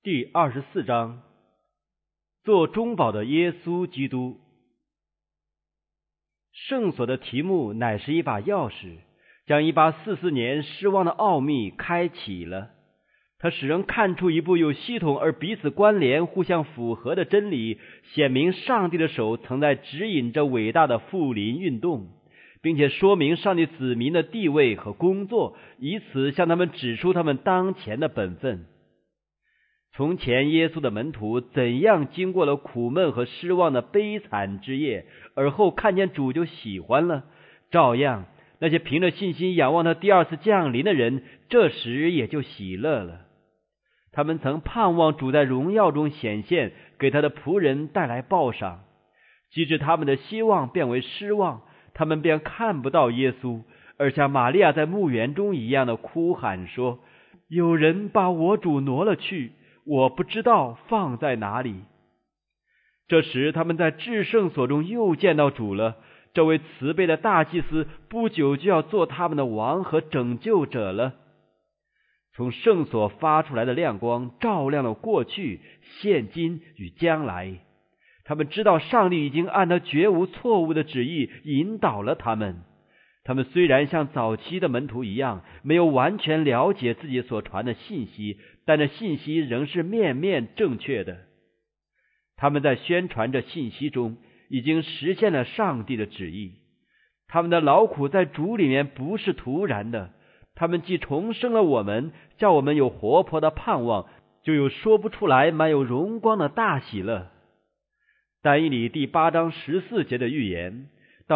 第24章，做中保的耶稣基督。圣所的题目乃是一把钥匙，将1844年失望的奥秘开启了。它使人看出一部有系统而彼此关联、互相符合的真理，显明上帝的手曾在指引着伟大的复临运动，并且说明上帝子民的地位和工作，以此向他们指出他们当前的本分。从前耶稣的门徒怎样经过了苦闷和失望的悲惨之夜，而后看见主就喜欢了，照样那些凭着信心仰望他第二次降临的人，这时也就喜乐了。他们曾盼望主在荣耀中显现，给他的仆人带来报赏，及至他们的希望变为失望，他们便看不到耶稣，而像玛利亚在墓园中一样的哭喊说：有人把我主挪了去，我不知道放在哪里。这时他们在至圣所中又见到主了，这位慈悲的大祭司不久就要做他们的王和拯救者了。从圣所发出来的亮光照亮了过去、现今与将来。他们知道上帝已经按他绝无错误的旨意引导了他们。他们虽然像早期的门徒一样，没有完全了解自己所传的信息，但这信息仍是面面正确的。他们在宣传这信息中已经实现了上帝的旨意。他们的劳苦在主里面不是徒然的，他们既重生了我们，叫我们有活泼的盼望，就有说不出来满有荣光的大喜乐。但以理第8章14节的预言，到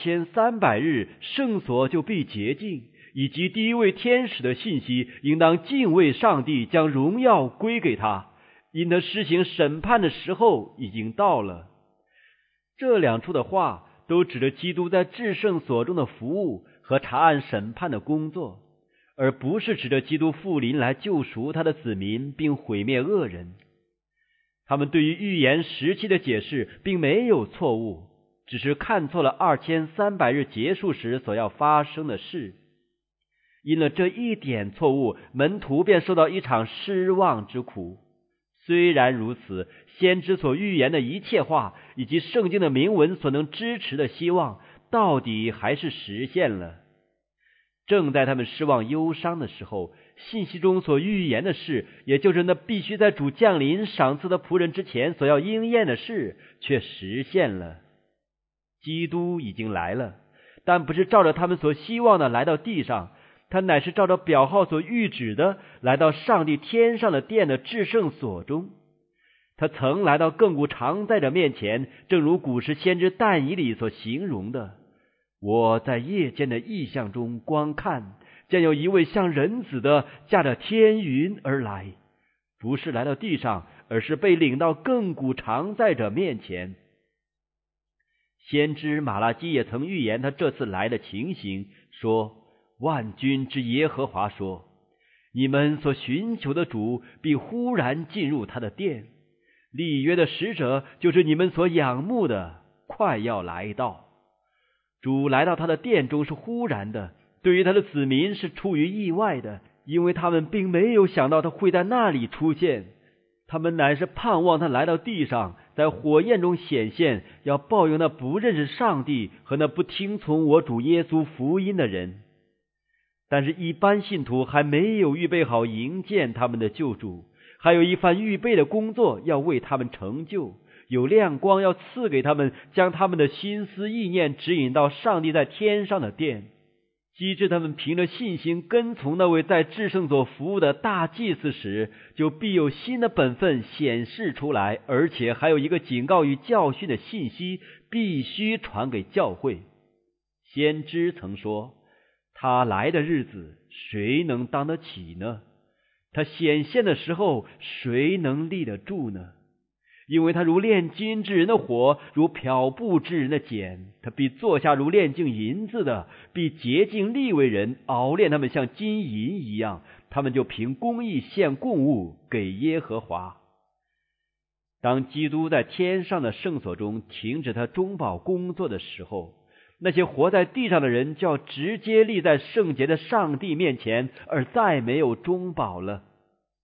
2300日圣所就必洁净，以及第一位天使的信息，应当敬畏上帝，将荣耀归给他，因他施行审判的时候已经到了。这两处的话都指着基督在至圣所中的服务和查案审判的工作，而不是指着基督复临来救赎他的子民并毁灭恶人。他们对于预言时期的解释并没有错误，只是看错了2300日结束时所要发生的事。因了这一点错误，门徒便受到一场失望之苦。虽然如此，先知所预言的一切话，以及圣经的铭文所能支持的希望，到底还是实现了。正在他们失望忧伤的时候，信息中所预言的事，也就是那必须在主降临赏赐的仆人之前所要应验的事，却实现了。基督已经来了，但不是照着他们所希望的来到地上，他乃是照着表号所预指的，来到上帝天上的殿的至圣所中。他曾来到亘古常在者面前，正如古时先知但以理所形容的：我在夜间的异象中观看，见有一位像人子的驾着天云而来，不是来到地上，而是被领到亘古常在者面前。先知马拉基也曾预言他这次来的情形，说：万军之耶和华说，你们所寻求的主必忽然进入他的殿，立约的使者，就是你们所仰慕的，快要来到。主来到他的殿中是忽然的，对于他的子民是出于意外的，因为他们并没有想到他会在那里出现。他们乃是盼望他来到地上，在火焰中显现，要报应那不认识上帝和那不听从我主耶稣福音的人。但是一般信徒还没有预备好迎见他们的救主，还有一番预备的工作要为他们成就，有亮光要赐给他们，将他们的心思意念指引到上帝在天上的殿，机智他们凭着信心跟从那位在至圣所服务的大祭司时，就必有新的本分显示出来，而且还有一个警告与教训的信息必须传给教会。先知曾说，他来的日子谁能当得起呢？他显现的时候谁能立得住呢？因为他如炼金之人的火，如漂布之人的碱，他必坐下如炼净银子的，必洁净利未人，熬炼他们像金银一样，他们就凭公义献供物给耶和华。当基督在天上的圣所中停止他中保工作的时候，那些活在地上的人就要直接立在圣洁的上帝面前，而再没有中保了。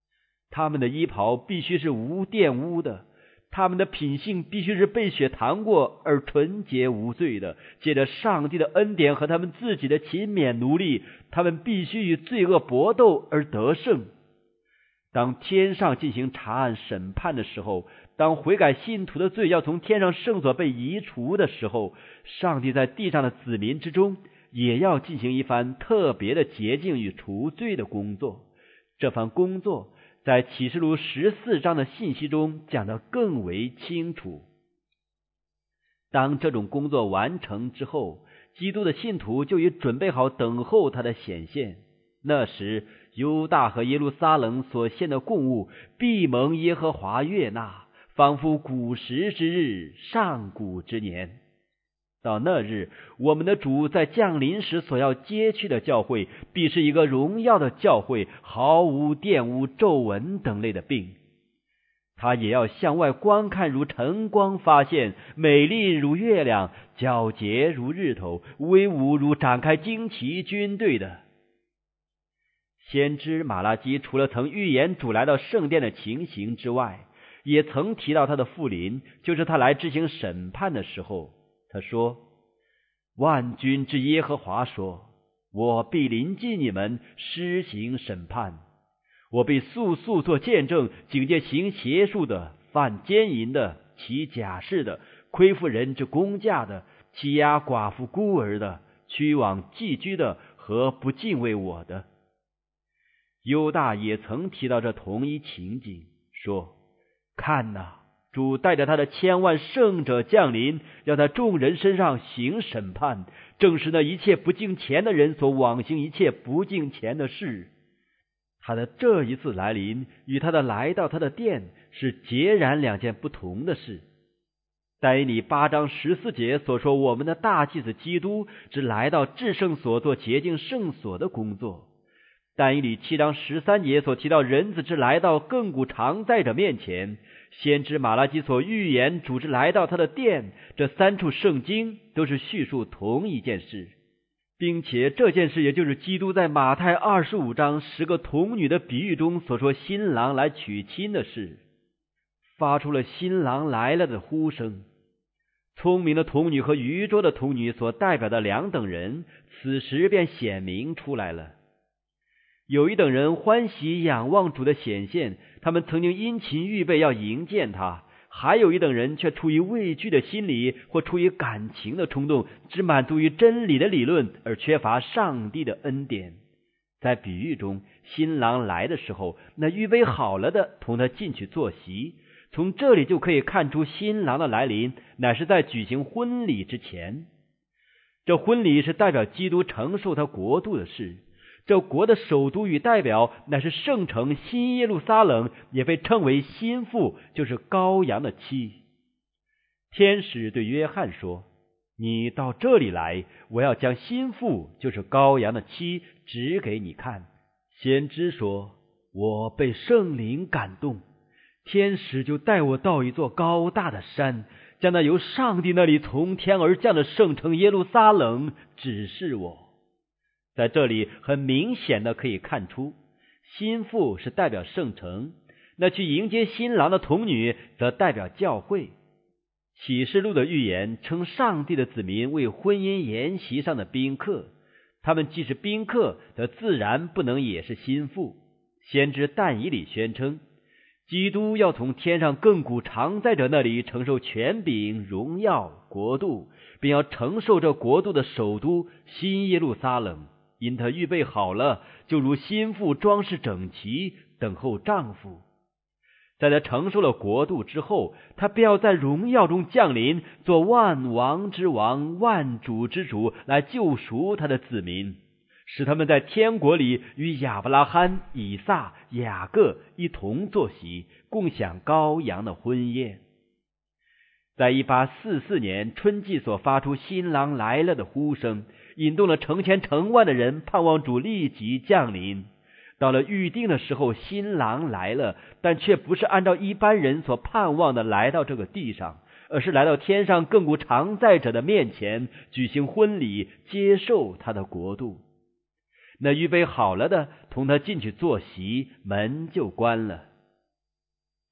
他们的衣袍必须是无玷污的，他们的品性必须是被血弹过而纯洁无罪的。借着上帝的恩典和他们自己的勤勉努力，他们必须与罪恶搏斗而得胜。当天上进行查案审判的时候，当悔改信徒的罪要从天上圣所被移除的时候，上帝在地上的子民之中也要进行一番特别的洁净与除罪的工作。这番工作在启示录14章的信息中讲得更为清楚。当这种工作完成之后，基督的信徒就已准备好等候他的显现。那时犹大和耶路撒冷所献的供物必蒙耶和华悦纳，仿佛古时之日，上古之年。到那日，我们的主在降临时所要接去的教会，必是一个荣耀的教会，毫无玷污、皱纹等类的病。他也要向外观看如晨光发现，美丽如月亮，皎洁如日头，威武如展开旌旗军队的。先知马拉基除了曾预言主来到圣殿的情形之外，也曾提到他的复临，就是他来执行审判的时候。他说，万军之耶和华说，我必临近你们，施行审判。我必速速做见证，警戒行邪术的、犯奸淫的、起假誓的、亏负人之公价的、欺压寡妇孤儿的、屈枉寄居的和不敬畏我的。犹大也曾提到这同一情景，说，看哪，主带着他的千万圣者降临，要在众人身上行审判，正是那一切不敬虔的人所妄行一切不敬虔的事。他的这一次来临与他的来到他的殿是截然两件不同的事。但以理8章14节所说，我们的大祭司基督只来到至圣所做洁净圣所的工作。但以理7章13节所提到人子之来到亘古常在者面前，先知马拉基所预言主之来到他的殿，这3处圣经都是叙述同一件事，并且这件事也就是基督在马太25章10个童女的比喻中所说新郎来娶亲的事，发出了新郎来了的呼声。聪明的童女和愚拙的童女所代表的两等人，此时便显明出来了。有一等人欢喜仰望主的显现，他们曾经殷勤预备要迎见他；还有一等人却出于畏惧的心理或出于感情的冲动，只满足于真理的理论而缺乏上帝的恩典。在比喻中，新郎来的时候，那预备好了的同他进去坐席。从这里就可以看出新郎的来临乃是在举行婚礼之前。这婚礼是代表基督承受他国度的事。这国的首都与代表乃是圣城新耶路撒冷，也被称为新妇，就是羔羊的妻。天使对约翰说，你到这里来，我要将新妇，就是羔羊的妻，指给你看。先知说，我被圣灵感动，天使就带我到一座高大的山，将那由上帝那里从天而降的圣城耶路撒冷指示我。在这里很明显的可以看出，新妇是代表圣城，那去迎接新郎的童女则代表教会。启示录的预言称上帝的子民为婚姻筵席上的宾客，他们既是宾客，则自然不能也是新妇。先知但以理宣称，基督要从天上亘古常在者那里承受权柄、荣耀、国度，并要承受这国度的首都新耶路撒冷。因他预备好了，就如新妇装饰整齐，等候丈夫。在他承受了国度之后，他便要在荣耀中降临，做万王之王、万主之主，来救赎他的子民，使他们在天国里与亚伯拉罕、以撒、雅各一同坐席，共享羔羊的婚宴。在1844年春季所发出新郎来了的呼声，引动了成千成万的人盼望主立即降临。到了预定的时候，新郎来了，但却不是按照一般人所盼望的来到这个地上，而是来到天上亘古常在者的面前，举行婚礼，接受他的国度。那预备好了的同他进去坐席，门就关了。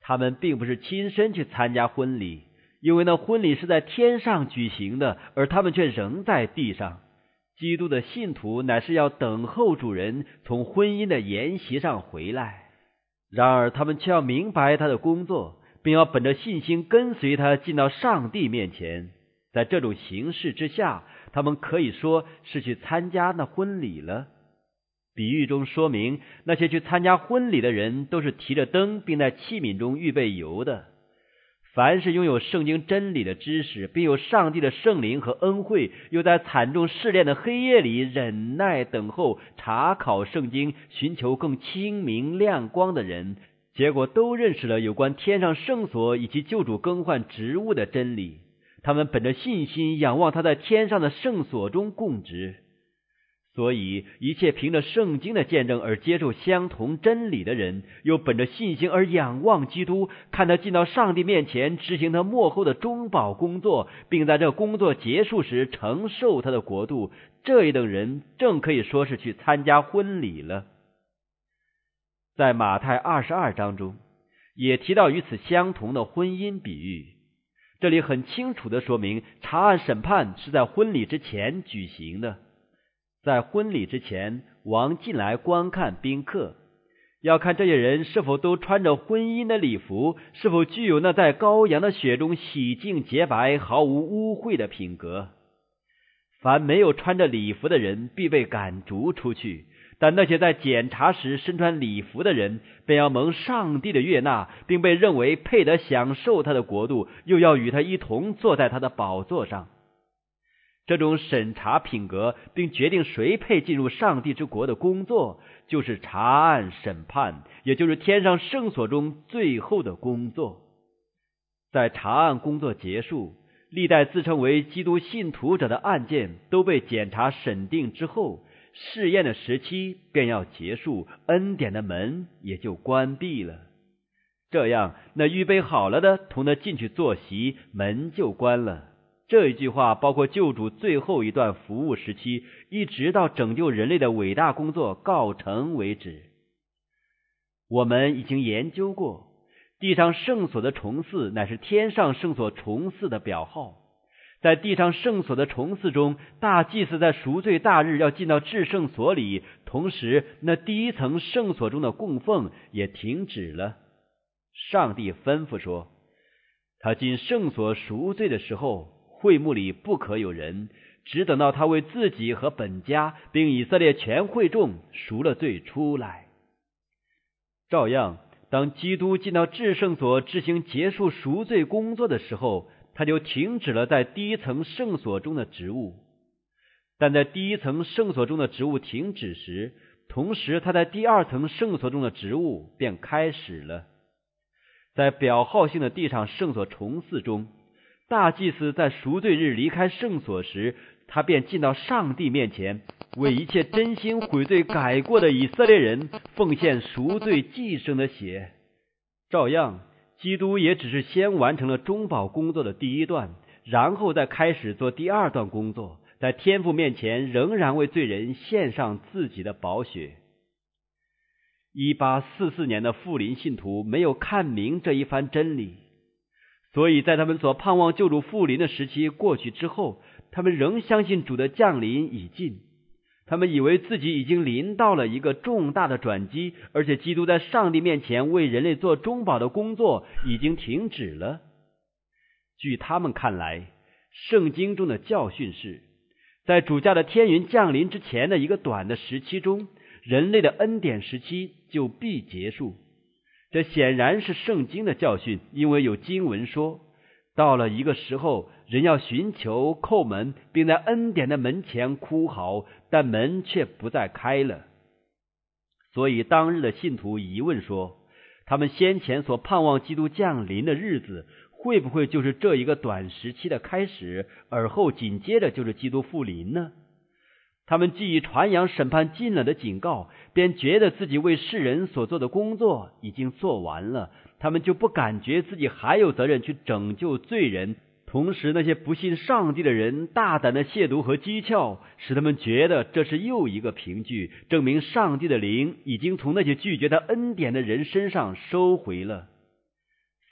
他们并不是亲身去参加婚礼，因为那婚礼是在天上举行的，而他们却仍在地上。基督的信徒乃是要等候主人从婚姻的筵席上回来，然而他们却要明白他的工作，并要本着信心跟随他进到上帝面前。在这种形式之下，他们可以说是去参加那婚礼了。比喻中说明，那些去参加婚礼的人都是提着灯，并在器皿中预备油的。凡是拥有圣经真理的知识，并有上帝的圣灵和恩惠，又在惨重试炼的黑夜里忍耐等候查考圣经，寻求更清明亮光的人，结果都认识了有关天上圣所以及救主更换职务的真理。他们本着信心仰望他在天上的圣所中供职。所以一切凭着圣经的见证而接受相同真理的人，又本着信心而仰望基督，看他进到上帝面前执行他末后的中保工作，并在这工作结束时承受他的国度，这一等人正可以说是去参加婚礼了。在马太22章中也提到与此相同的婚姻比喻，这里很清楚地说明查案审判是在婚礼之前举行的。在婚礼之前，王进来观看宾客，要看这些人是否都穿着婚姻的礼服，是否具有那在羔羊的血中洗净洁白、毫无污秽的品格。凡没有穿着礼服的人，必被赶逐出去；但那些在检查时身穿礼服的人，便要蒙上帝的悦纳，并被认为配得享受他的国度，又要与他一同坐在他的宝座上。这种审查品格并决定谁配进入上帝之国的工作，就是查案审判，也就是天上圣所中最后的工作。在查案工作结束，历代自称为基督信徒者的案件都被检查审定之后，试验的时期便要结束，恩典的门也就关闭了。这样那预备好了的同他进去坐席，门就关了。这一句话包括救主最后一段服务时期，一直到拯救人类的伟大工作告成为止。我们已经研究过，地上圣所的重祀乃是天上圣所重祀的表号。在地上圣所的重祀中，大祭司在赎罪大日要进到至圣所里，同时那第一层圣所中的供奉也停止了。上帝吩咐说，他进圣所赎罪的时候，会幕里不可有人，只等到他为自己和本家并以色列全会众赎了罪出来。照样，当基督进到至圣所执行结束赎罪工作的时候，他就停止了在第一层圣所中的职务。但在第一层圣所中的职务停止时，同时他在第二层圣所中的职务便开始了。在表号性的地上圣所重祀中，大祭司在赎罪日离开圣所时，他便进到上帝面前，为一切真心悔罪改过的以色列人奉献赎罪祭牲的血。照样，基督也只是先完成了中保工作的第一段，然后再开始做第二段工作，在天父面前仍然为罪人献上自己的宝血。1844年的复临信徒没有看明这一番真理，所以在他们所盼望救主复临的时期过去之后，他们仍相信主的降临已近。他们以为自己已经临到了一个重大的转机，而且基督在上帝面前为人类做中保的工作已经停止了。据他们看来，圣经中的教训是，在主驾的天云降临之前的一个短的时期中，人类的恩典时期就必结束。这显然是圣经的教训，因为有经文说，到了一个时候，人要寻求叩门，并在恩典的门前哭嚎，但门却不再开了。所以当日的信徒疑问说，他们先前所盼望基督降临的日子，会不会就是这一个短时期的开始，而后紧接着就是基督复临呢？他们既已传扬审判近了的警告，便觉得自己为世人所做的工作已经做完了，他们就不感觉自己还有责任去拯救罪人。同时那些不信上帝的人大胆的亵渎和讥诮，使他们觉得这是又一个凭据，证明上帝的灵已经从那些拒绝他恩典的人身上收回了。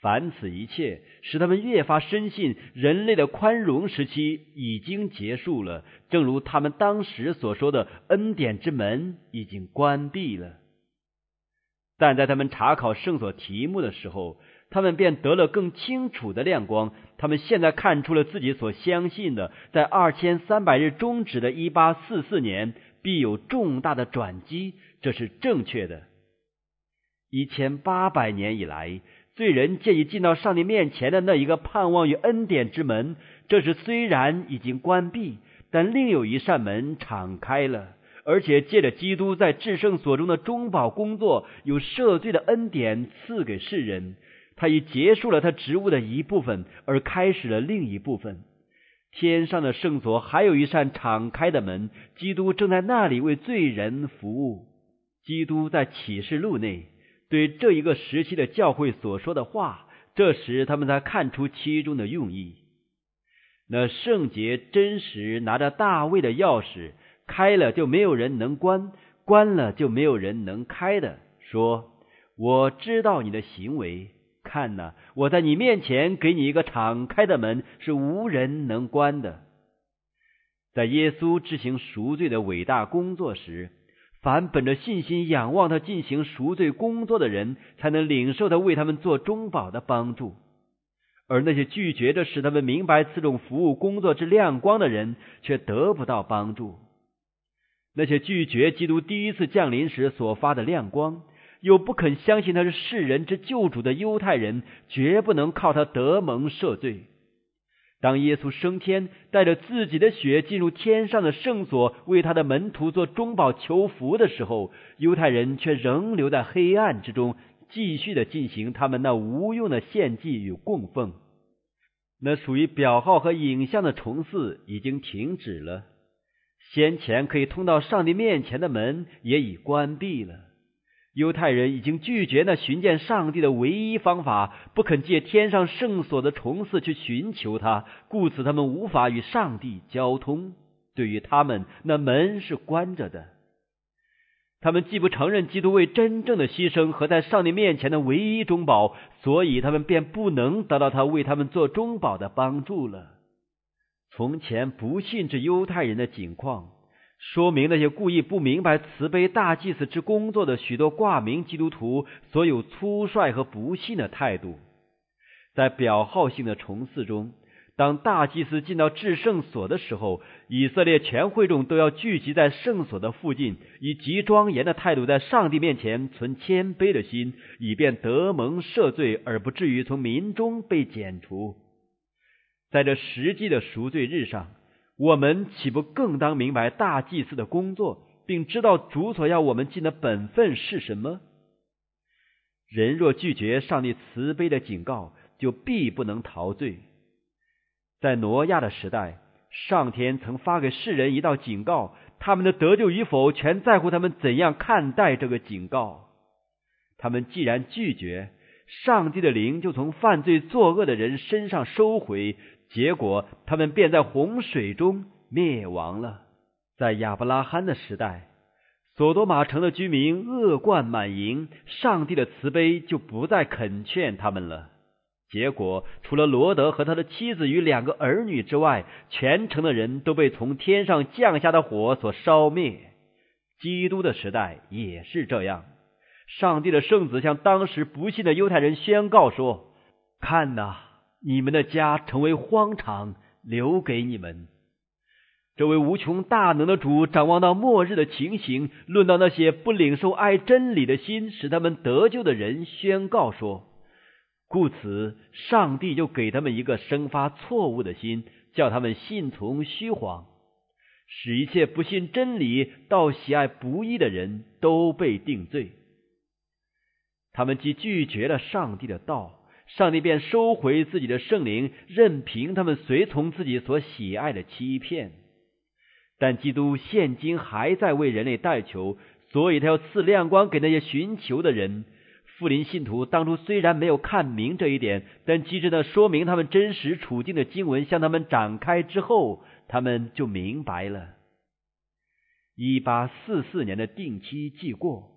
凡此一切，使他们越发深信人类的宽容时期已经结束了，正如他们当时所说的，恩典之门已经关闭了。但在他们查考圣所题目的时候，他们便得了更清楚的亮光。他们现在看出了自己所相信的，在2300日终止的1844年必有重大的转机，这是正确的。1800年以来，罪人借以进到上帝面前的那一个盼望与恩典之门，这是虽然已经关闭，但另有一扇门敞开了，而且借着基督在至圣所中的中保工作，有赦罪的恩典赐给世人。他已结束了他职务的一部分，而开始了另一部分。天上的圣所还有一扇敞开的门，基督正在那里为罪人服务。基督在启示录内对这一个时期的教会所说的话，这时他们才看出其中的用意。那圣洁真实拿着大卫的钥匙，开了就没有人能关，关了就没有人能开的，说：我知道你的行为，看哪，我在你面前给你一个敞开的门，是无人能关的。在耶稣执行赎罪的伟大工作时，凡本着信心仰望他进行赎罪工作的人，才能领受他为他们做中保的帮助。而那些拒绝着使他们明白此种服务工作之亮光的人，却得不到帮助。那些拒绝基督第一次降临时所发的亮光，又不肯相信他是世人之救主的犹太人，绝不能靠他得蒙赦罪。当耶稣升天，带着自己的血进入天上的圣所，为他的门徒做中保求福的时候，犹太人却仍留在黑暗之中，继续的进行他们那无用的献祭与供奉。那属于表号和影像的崇祀已经停止了，先前可以通到上帝面前的门也已关闭了。犹太人已经拒绝那寻见上帝的唯一方法，不肯借天上圣所的崇祀去寻求他，故此他们无法与上帝交通。对于他们，那门是关着的。他们既不承认基督为真正的牺牲和在上帝面前的唯一中保，所以他们便不能得到他为他们做中保的帮助了。从前不信之犹太人的景况，说明那些故意不明白慈悲大祭司之工作的许多挂名基督徒所有粗率和不信的态度。在表号性的崇祀中，当大祭司进到至圣所的时候，以色列全会众都要聚集在圣所的附近，以极庄严的态度在上帝面前存谦卑的心，以便得蒙赦罪，而不至于从民中被剪除。在这实际的赎罪日上，我们岂不更当明白大祭司的工作，并知道主所要我们尽的本分是什么？人若拒绝上帝慈悲的警告，就必不能逃罪。在挪亚的时代，上天曾发给世人一道警告，他们的得救与否全在乎他们怎样看待这个警告。他们既然拒绝，上帝的灵就从犯罪作恶的人身上收回，结果他们便在洪水中灭亡了。在亚伯拉罕的时代，所多玛城的居民恶贯满盈，上帝的慈悲就不再恳劝他们了。结果除了罗德和他的妻子与2个儿女之外，全城的人都被从天上降下的火所烧灭。基督的时代也是这样。上帝的圣子向当时不信的犹太人宣告说：看哪，你们的家成为荒场，留给你们。这位无穷大能的主展望到末日的情形，论到那些不领受爱真理的心，使他们得救的人，宣告说：故此上帝就给他们一个生发错误的心，叫他们信从虚谎，使一切不信真理倒喜爱不义的人都被定罪。他们既拒绝了上帝的道，上帝便收回自己的圣灵，任凭他们随从自己所喜爱的欺骗。但基督现今还在为人类代求，所以他要赐亮光给那些寻求的人。复临信徒当初虽然没有看明这一点，但机智地说明他们真实处境的经文向他们展开之后，他们就明白了。1844年的定期既过，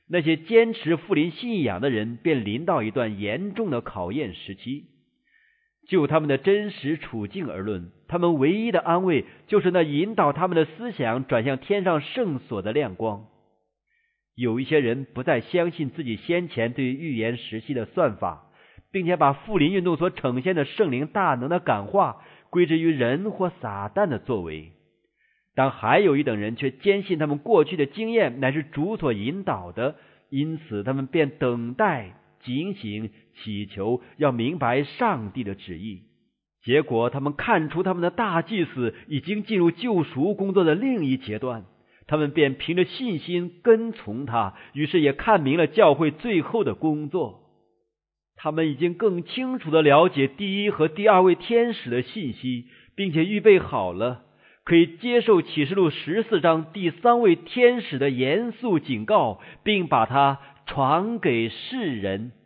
那些坚持复临信仰的人便临到一段严重的考验时期。就他们的真实处境而论，他们唯一的安慰就是那引导他们的思想转向天上圣所的亮光。有一些人不再相信自己先前对预言时期的算法，并且把复临运动所呈现的圣灵大能的感化归之于人或撒旦的作为。但还有一等人却坚信他们过去的经验乃是主所引导的，因此他们便等待、警醒、祈求，要明白上帝的旨意。结果他们看出他们的大祭司已经进入救赎工作的另一阶段，他们便凭着信心跟从他，于是也看明了教会最后的工作。他们已经更清楚地了解第一和第二位天使的信息，并且预备好了可以接受启示录14章第3位天使的严肃警告，并把它传给世人。